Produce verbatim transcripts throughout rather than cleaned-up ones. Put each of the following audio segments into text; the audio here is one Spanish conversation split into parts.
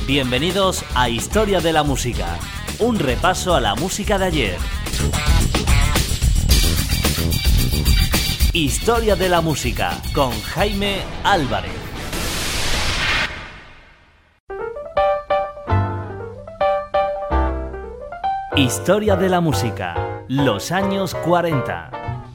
Bienvenidos a Historia de la Música, un repaso a la música de ayer. Historia de la Música con Jaime Álvarez. Historia de la Música, los años cuarenta.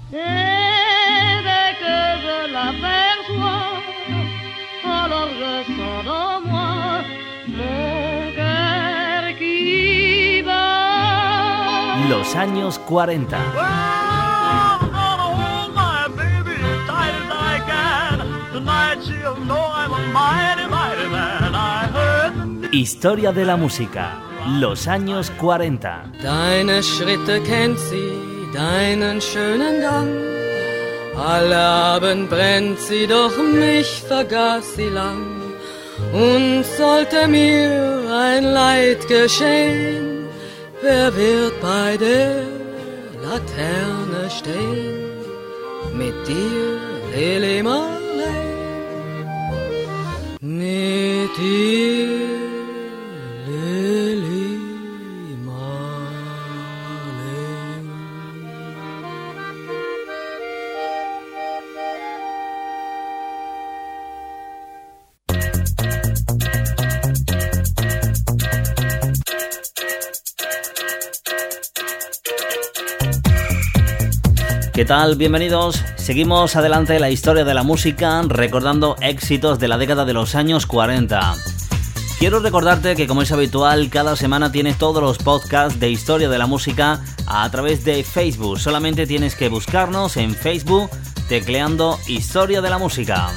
Los años cuarenta. Historia de la Música, los años cuarenta. Deine Schritte kennt sie, deinen schönen Gang. Alle Abend brennt sie, doch mich vergaß sie lang. Und sollte mir ein Leid geschehen, wer wird bei der Laterne stehen? Mit dir, Lili Marley, mit dir, Lili Marley. ¿Qué tal? Bienvenidos. Seguimos adelante en la historia de la música, recordando éxitos de la década de los años cuarenta. Quiero recordarte que, como es habitual, cada semana tienes todos los podcasts de Historia de la Música a través de Facebook. Solamente tienes que buscarnos en Facebook tecleando Historia de la Música.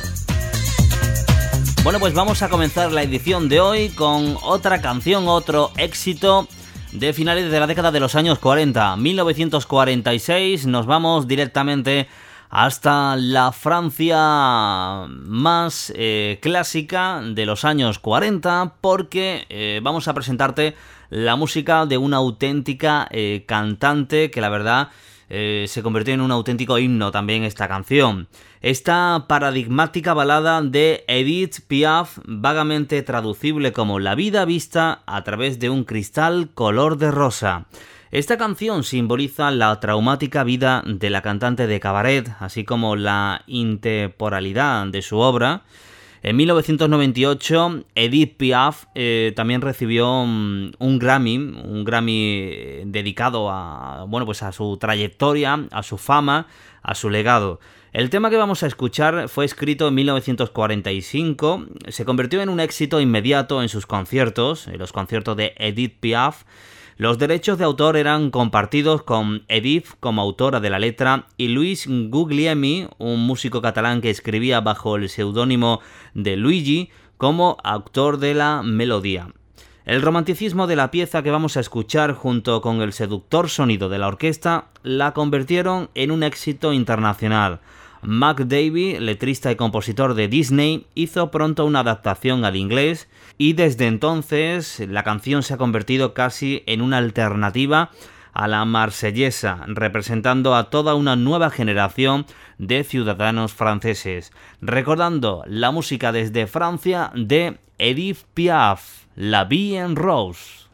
Bueno, pues vamos a comenzar la edición de hoy con otra canción, otro éxito de finales de la década de los años cuarenta, mil novecientos cuarenta y seis. Nos vamos directamente hasta la Francia más eh, clásica de los años cuarenta, porque eh, vamos a presentarte la música de una auténtica eh, cantante que la verdad eh, se convirtió en un auténtico himno también esta canción. Esta paradigmática balada de Edith Piaf, vagamente traducible como La vida vista a través de un cristal color de rosa. Esta canción simboliza la traumática vida de la cantante de cabaret, así como la intemporalidad de su obra. En mil novecientos noventa y ocho, Edith Piaf eh, también recibió um, un Grammy, un Grammy dedicado a, bueno, pues a su trayectoria, a su fama, a su legado. El tema que vamos a escuchar fue escrito en mil novecientos cuarenta y cinco, se convirtió en un éxito inmediato en sus conciertos, en los conciertos de Edith Piaf. Los derechos de autor eran compartidos con Edith como autora de la letra y Luis Guglielmi, un músico catalán que escribía bajo el seudónimo de Luigi, como autor de la melodía. El romanticismo de la pieza que vamos a escuchar junto con el seductor sonido de la orquesta la convirtieron en un éxito internacional. Mark Davey, letrista y compositor de Disney, hizo pronto una adaptación al inglés y desde entonces la canción se ha convertido casi en una alternativa a la marsellesa, representando a toda una nueva generación de ciudadanos franceses. Recordando la música desde Francia de Edith Piaf, La Vie en Rose.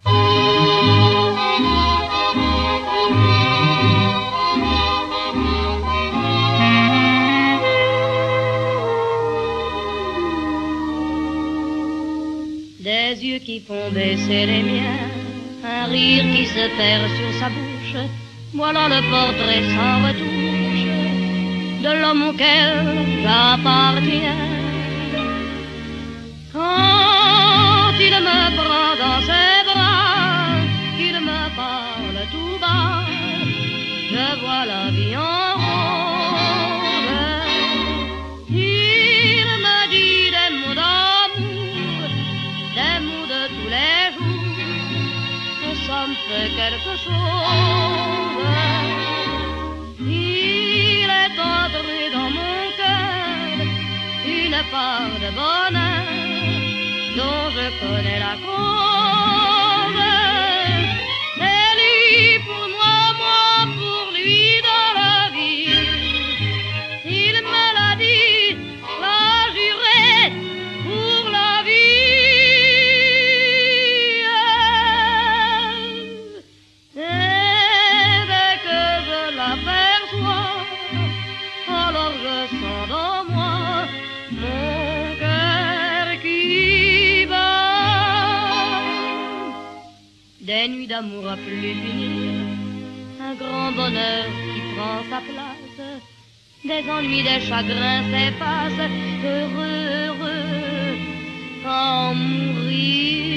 Des yeux qui font baisser les miens, un rire qui se perd sur sa bouche, voilà le portrait sans retouche de l'homme auquel j'appartiens. Quand il me prend dans ses bras, qu'il me parle tout bas, je vois la vie en rose. Il me dit des mots d'amour, des mots de tous les jours, que ça me fait quelque chose. Il est entré dans mon cœur une part de bonheur dont je connais la cause. C'est lui pour moi, moi pour lui dans la vie. Il me l'a dit, l'a juré pour la vie. sens dans moi mon cœur qui bat. Des nuits d'amour à plus finir, un grand bonheur qui prend sa place, des ennuis, des chagrins s'effacent, heureux, heureux, quand mourir.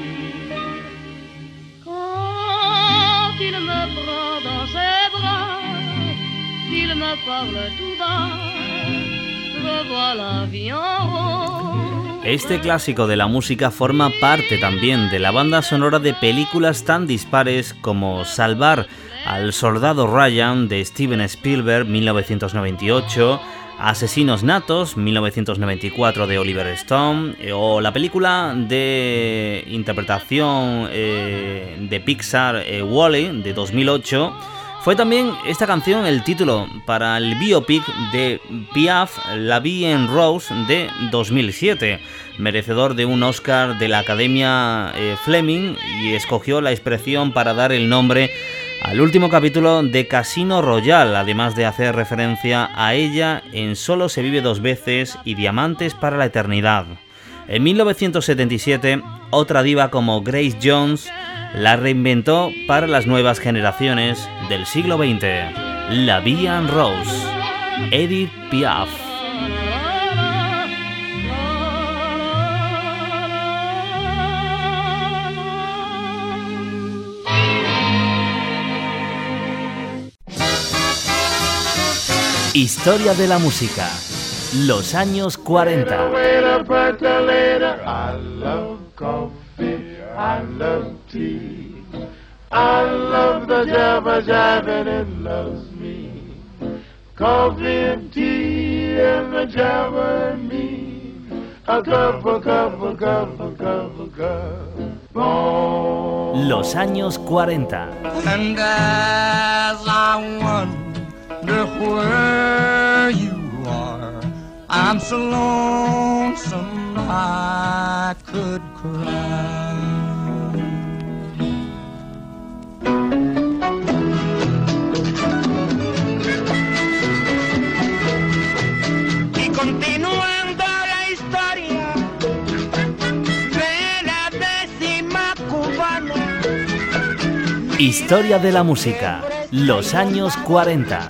Quand il me prend dans ses bras, il me parle tout bas, revois la vie en rose. Este clásico de la música forma parte también de la banda sonora de películas tan dispares como Salvar al soldado Ryan de Steven Spielberg mil novecientos noventa y ocho, Asesinos natos mil novecientos noventa y cuatro de Oliver Stone, o la película de interpretación eh, de Pixar eh, Wall-E de dos mil ocho. Fue también esta canción el título para el biopic de Piaf, La Vie en Rose de dos mil siete, merecedor de un Oscar de la Academia eh, Fleming, y escogió la expresión para dar el nombre al último capítulo de Casino Royale, además de hacer referencia a ella en Solo se vive dos veces y Diamantes para la eternidad. En mil novecientos setenta y siete, otra diva como Grace Jones la reinventó para las nuevas generaciones del siglo veinte. La Vie en Rose, Edith Piaf. Historia de la música. Los años cuarenta. I love tea. I love the jabba jabba and it loves me. Coffee and tea and the jabba and me. A cup, a cup, a cup, a cup, a cup. Oh. Los años cuarenta. And as I wonder where you are, I'm so lonesome I could cry. Continuando la historia de la décima cubana. Historia de la música. Los años cuarenta.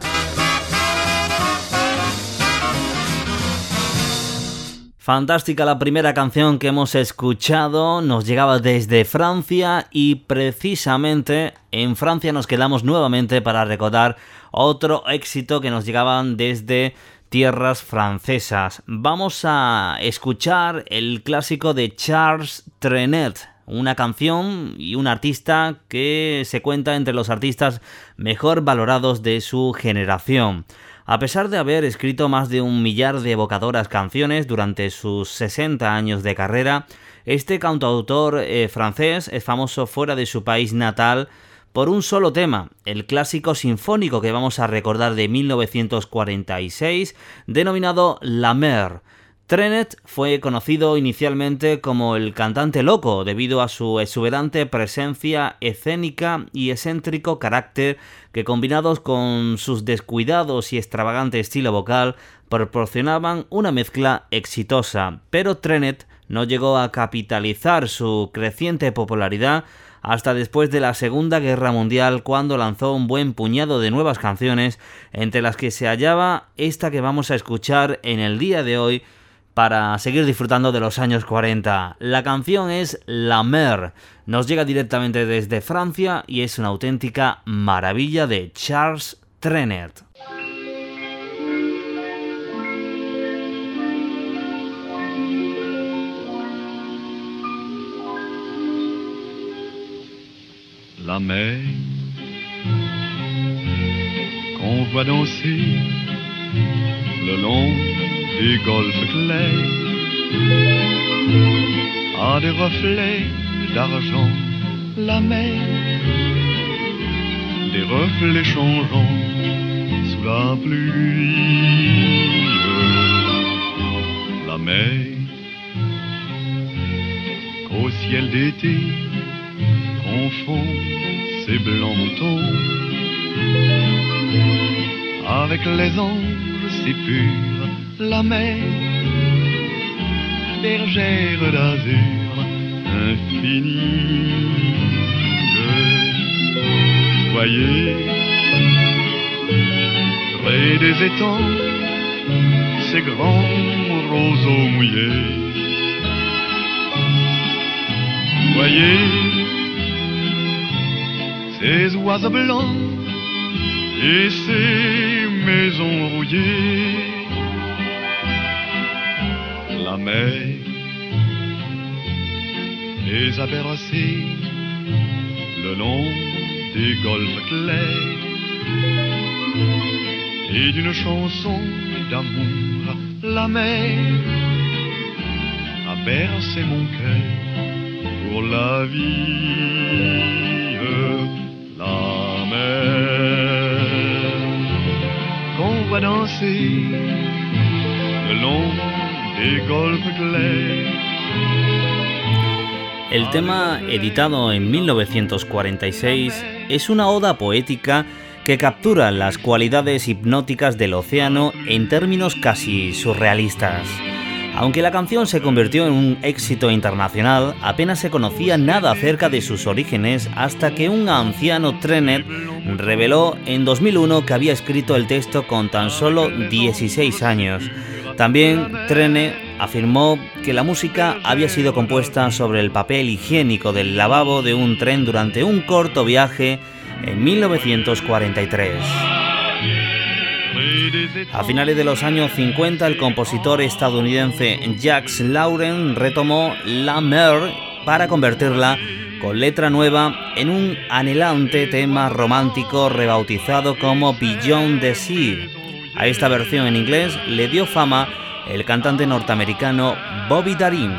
Fantástica la primera canción que hemos escuchado, nos llegaba desde Francia y precisamente en Francia nos quedamos nuevamente para recordar otro éxito que nos llegaban desde tierras francesas. Vamos a escuchar el clásico de Charles Trenet, una canción y un artista que se cuenta entre los artistas mejor valorados de su generación. A pesar de haber escrito más de un millar de evocadoras canciones durante sus sesenta años de carrera, este cantautor eh, francés es famoso fuera de su país natal por un solo tema, el clásico sinfónico que vamos a recordar de mil novecientos cuarenta y seis, denominado La Mer. Trenet fue conocido inicialmente como el cantante loco debido a su exuberante presencia escénica y excéntrico carácter que, combinados con sus descuidados y extravagante estilo vocal, proporcionaban una mezcla exitosa. Pero Trenet no llegó a capitalizar su creciente popularidad hasta después de la Segunda Guerra Mundial, cuando lanzó un buen puñado de nuevas canciones, entre las que se hallaba esta que vamos a escuchar en el día de hoy para seguir disfrutando de los años cuarenta. La canción es La Mer, nos llega directamente desde Francia y es una auténtica maravilla de Charles Trenet. La mer qu'on voit danser le long des golfes clairs a des reflets d'argent. La mer, des reflets changeants sous la pluie. La mer qu'au ciel d'été confond ses blancs moutons avec les anges si pure, la mer, bergère d'azur infinie. Voyez, près des étangs, ces grands roseaux mouillés. Voyez, ces oiseaux blancs et ces maisons rouillées. La mer les a bercés le long des golfes clairs, et d'une chanson d'amour, la mer a bercé mon cœur pour la vie. La mer qu'on voit danser le long des golfes clairs. El tema, editado en mil novecientos cuarenta y seis, es una oda poética que captura las cualidades hipnóticas del océano en términos casi surrealistas. Aunque la canción se convirtió en un éxito internacional, apenas se conocía nada acerca de sus orígenes hasta que un anciano Trenet reveló en dos mil uno que había escrito el texto con tan solo dieciséis años. También Trenet afirmó que la música había sido compuesta sobre el papel higiénico del lavabo de un tren durante un corto viaje en mil novecientos cuarenta y tres. A finales de los años cincuenta, el compositor estadounidense Jacques Laurent retomó La Mer para convertirla, con letra nueva, en un anhelante tema romántico rebautizado como Beyond the Sea. A esta versión en inglés le dio fama el cantante norteamericano Bobby Darin.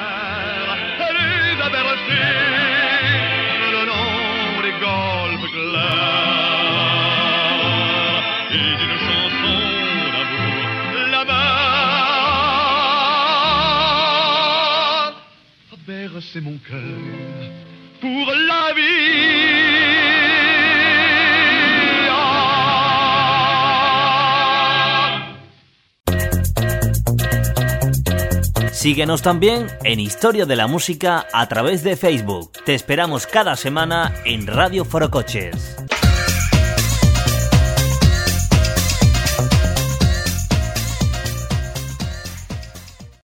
C'est mon cœur pour la vie. Síguenos también en Historia de la Música a través de Facebook. Te esperamos cada semana en Radio Forocoches.